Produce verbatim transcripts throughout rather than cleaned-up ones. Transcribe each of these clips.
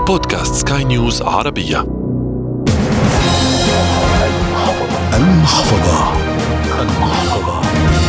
بودكاست سكاي نيوز عربية. المحفظة. المحفظة.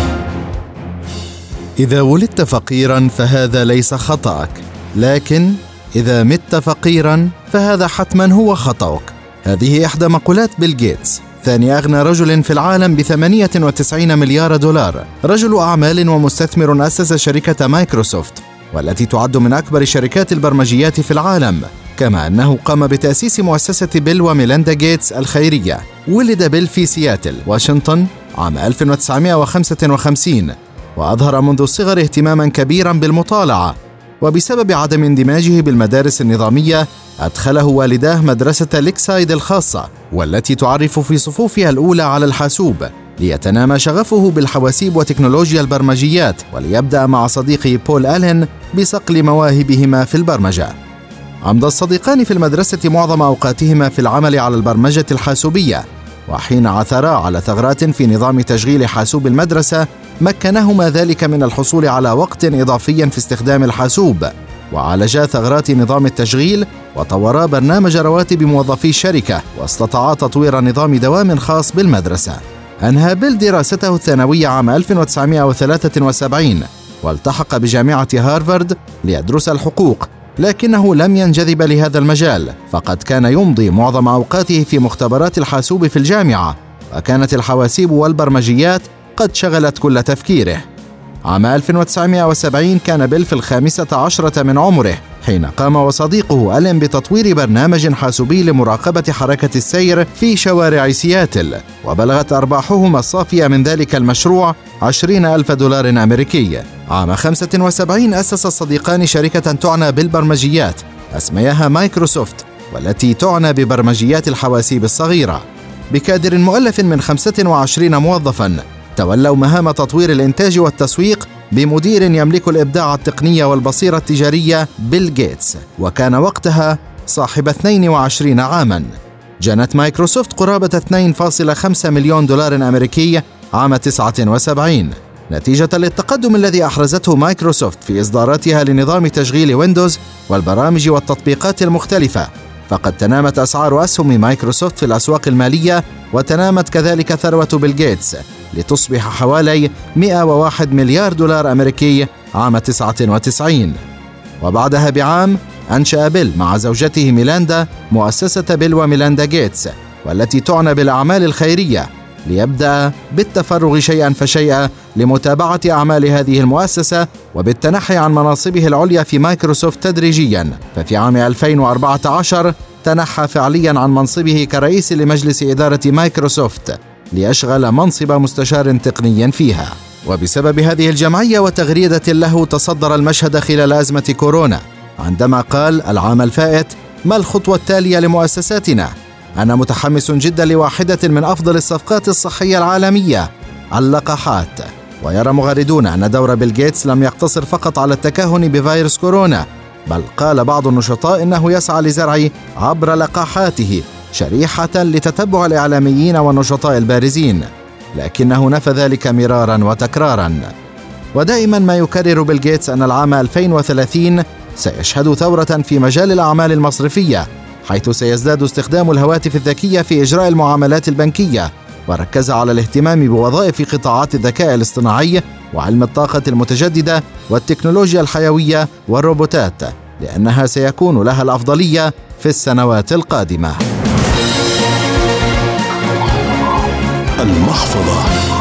إذا ولدت فقيراً فهذا ليس خطأك، لكن إذا مت فقيراً فهذا حتماً هو خطأك. هذه إحدى مقولات بيل غيتس، ثاني أغنى رجل في العالم بثمانية وتسعين مليار دولار، رجل أعمال ومستثمر أسس شركة مايكروسوفت، والتي تعد من أكبر شركات البرمجيات في العالم، كما أنه قام بتأسيس مؤسسة بيل وميليندا غيتس الخيرية. ولد بيل في سياتل، واشنطن عام ألف وتسعمائة وخمسة وخمسين، وأظهر منذ الصغر اهتماماً كبيراً بالمطالعة، وبسبب عدم اندماجه بالمدارس النظامية أدخله والداه مدرسة ليكسايد الخاصة، والتي تعرف في صفوفها الأولى على الحاسوب، ليتنامى شغفه بالحواسيب وتكنولوجيا البرمجيات، وليبدأ مع صديقه بول ألين بصقل مواهبهما في البرمجة. أمضى الصديقان في المدرسة معظم أوقاتهما في العمل على البرمجة الحاسوبية، وحين عثرا على ثغرات في نظام تشغيل حاسوب المدرسة مكنهما ذلك من الحصول على وقت إضافي في استخدام الحاسوب، وعالجا ثغرات نظام التشغيل وطورا برنامج رواتب موظفي الشركة، واستطاعا تطوير نظام دوام خاص بالمدرسة. أنهى بيل دراسته الثانوية عام ألف وتسعمائة وثلاثة وسبعين، والتحق بجامعة هارفارد ليدرس الحقوق، لكنه لم ينجذب لهذا المجال، فقد كان يمضي معظم أوقاته في مختبرات الحاسوب في الجامعة، وكانت الحواسيب والبرمجيات قد شغلت كل تفكيره. عام ألف وتسعمائة وسبعين كان بيل في الخامسة عشرة من عمره حين قام وصديقه ألين بتطوير برنامج حاسوبي لمراقبة حركة السير في شوارع سياتل، وبلغت أرباحهما الصافية من ذلك المشروع عشرين ألف دولار أمريكي. عام خمسة وسبعين أسس الصديقان شركة تعنى بالبرمجيات أسميها مايكروسوفت، والتي تعنى ببرمجيات الحواسيب الصغيرة. بكادر مؤلف من خمسة وعشرين موظفاً تولوا مهام تطوير الإنتاج والتسويق بمدير يملك الإبداع التقني والبصيرة التجارية بيل غيتس، وكان وقتها صاحب اثنين وعشرين عاماً. جنت مايكروسوفت قرابة اثنين فاصلة خمسة مليون دولار أمريكي عام تسعة وسبعين، نتيجة للتقدم الذي أحرزته مايكروسوفت في إصداراتها لنظام تشغيل ويندوز والبرامج والتطبيقات المختلفة. فقد تنامت أسعار أسهم مايكروسوفت في الأسواق المالية، وتنامت كذلك ثروة بيل غيتس لتصبح حوالي مئة وواحد مليار دولار أمريكي عام تسعة وتسعين. وبعدها بعام أنشأ بيل مع زوجته ميليندا مؤسسة بيل وميليندا غيتس، والتي تعنى بالأعمال الخيرية، ليبدأ بالتفرغ شيئا فشيئا لمتابعة أعمال هذه المؤسسة وبالتنحي عن مناصبه العليا في مايكروسوفت تدريجيا. ففي عام ألفين وأربعة عشر تنحى فعليا عن منصبه كرئيس لمجلس إدارة مايكروسوفت ليشغل منصب مستشار تقني فيها. وبسبب هذه الجمعية وتغريدة له تصدر المشهد خلال أزمة كورونا، عندما قال العام الفائت: ما الخطوة التالية لمؤسساتنا؟ أنا متحمس جدا لواحدة من أفضل الصفقات الصحية العالمية، اللقاحات. ويرى مغردون أن دور بيل غيتس لم يقتصر فقط على التكهن بفيروس كورونا، بل قال بعض النشطاء إنه يسعى لزرع عبر لقاحاته شريحة لتتبع الإعلاميين والنشطاء البارزين، لكنه نفى ذلك مرارا وتكرارا. ودائما ما يكرر بيل غيتس أن العام ألفين وثلاثين سيشهد ثورة في مجال الأعمال المصرفية، حيث سيزداد استخدام الهواتف الذكية في إجراء المعاملات البنكية، وركز على الاهتمام بوظائف قطاعات الذكاء الاصطناعي وعلم الطاقة المتجددة والتكنولوجيا الحيوية والروبوتات، لأنها سيكون لها الأفضلية في السنوات القادمة. المحفظة.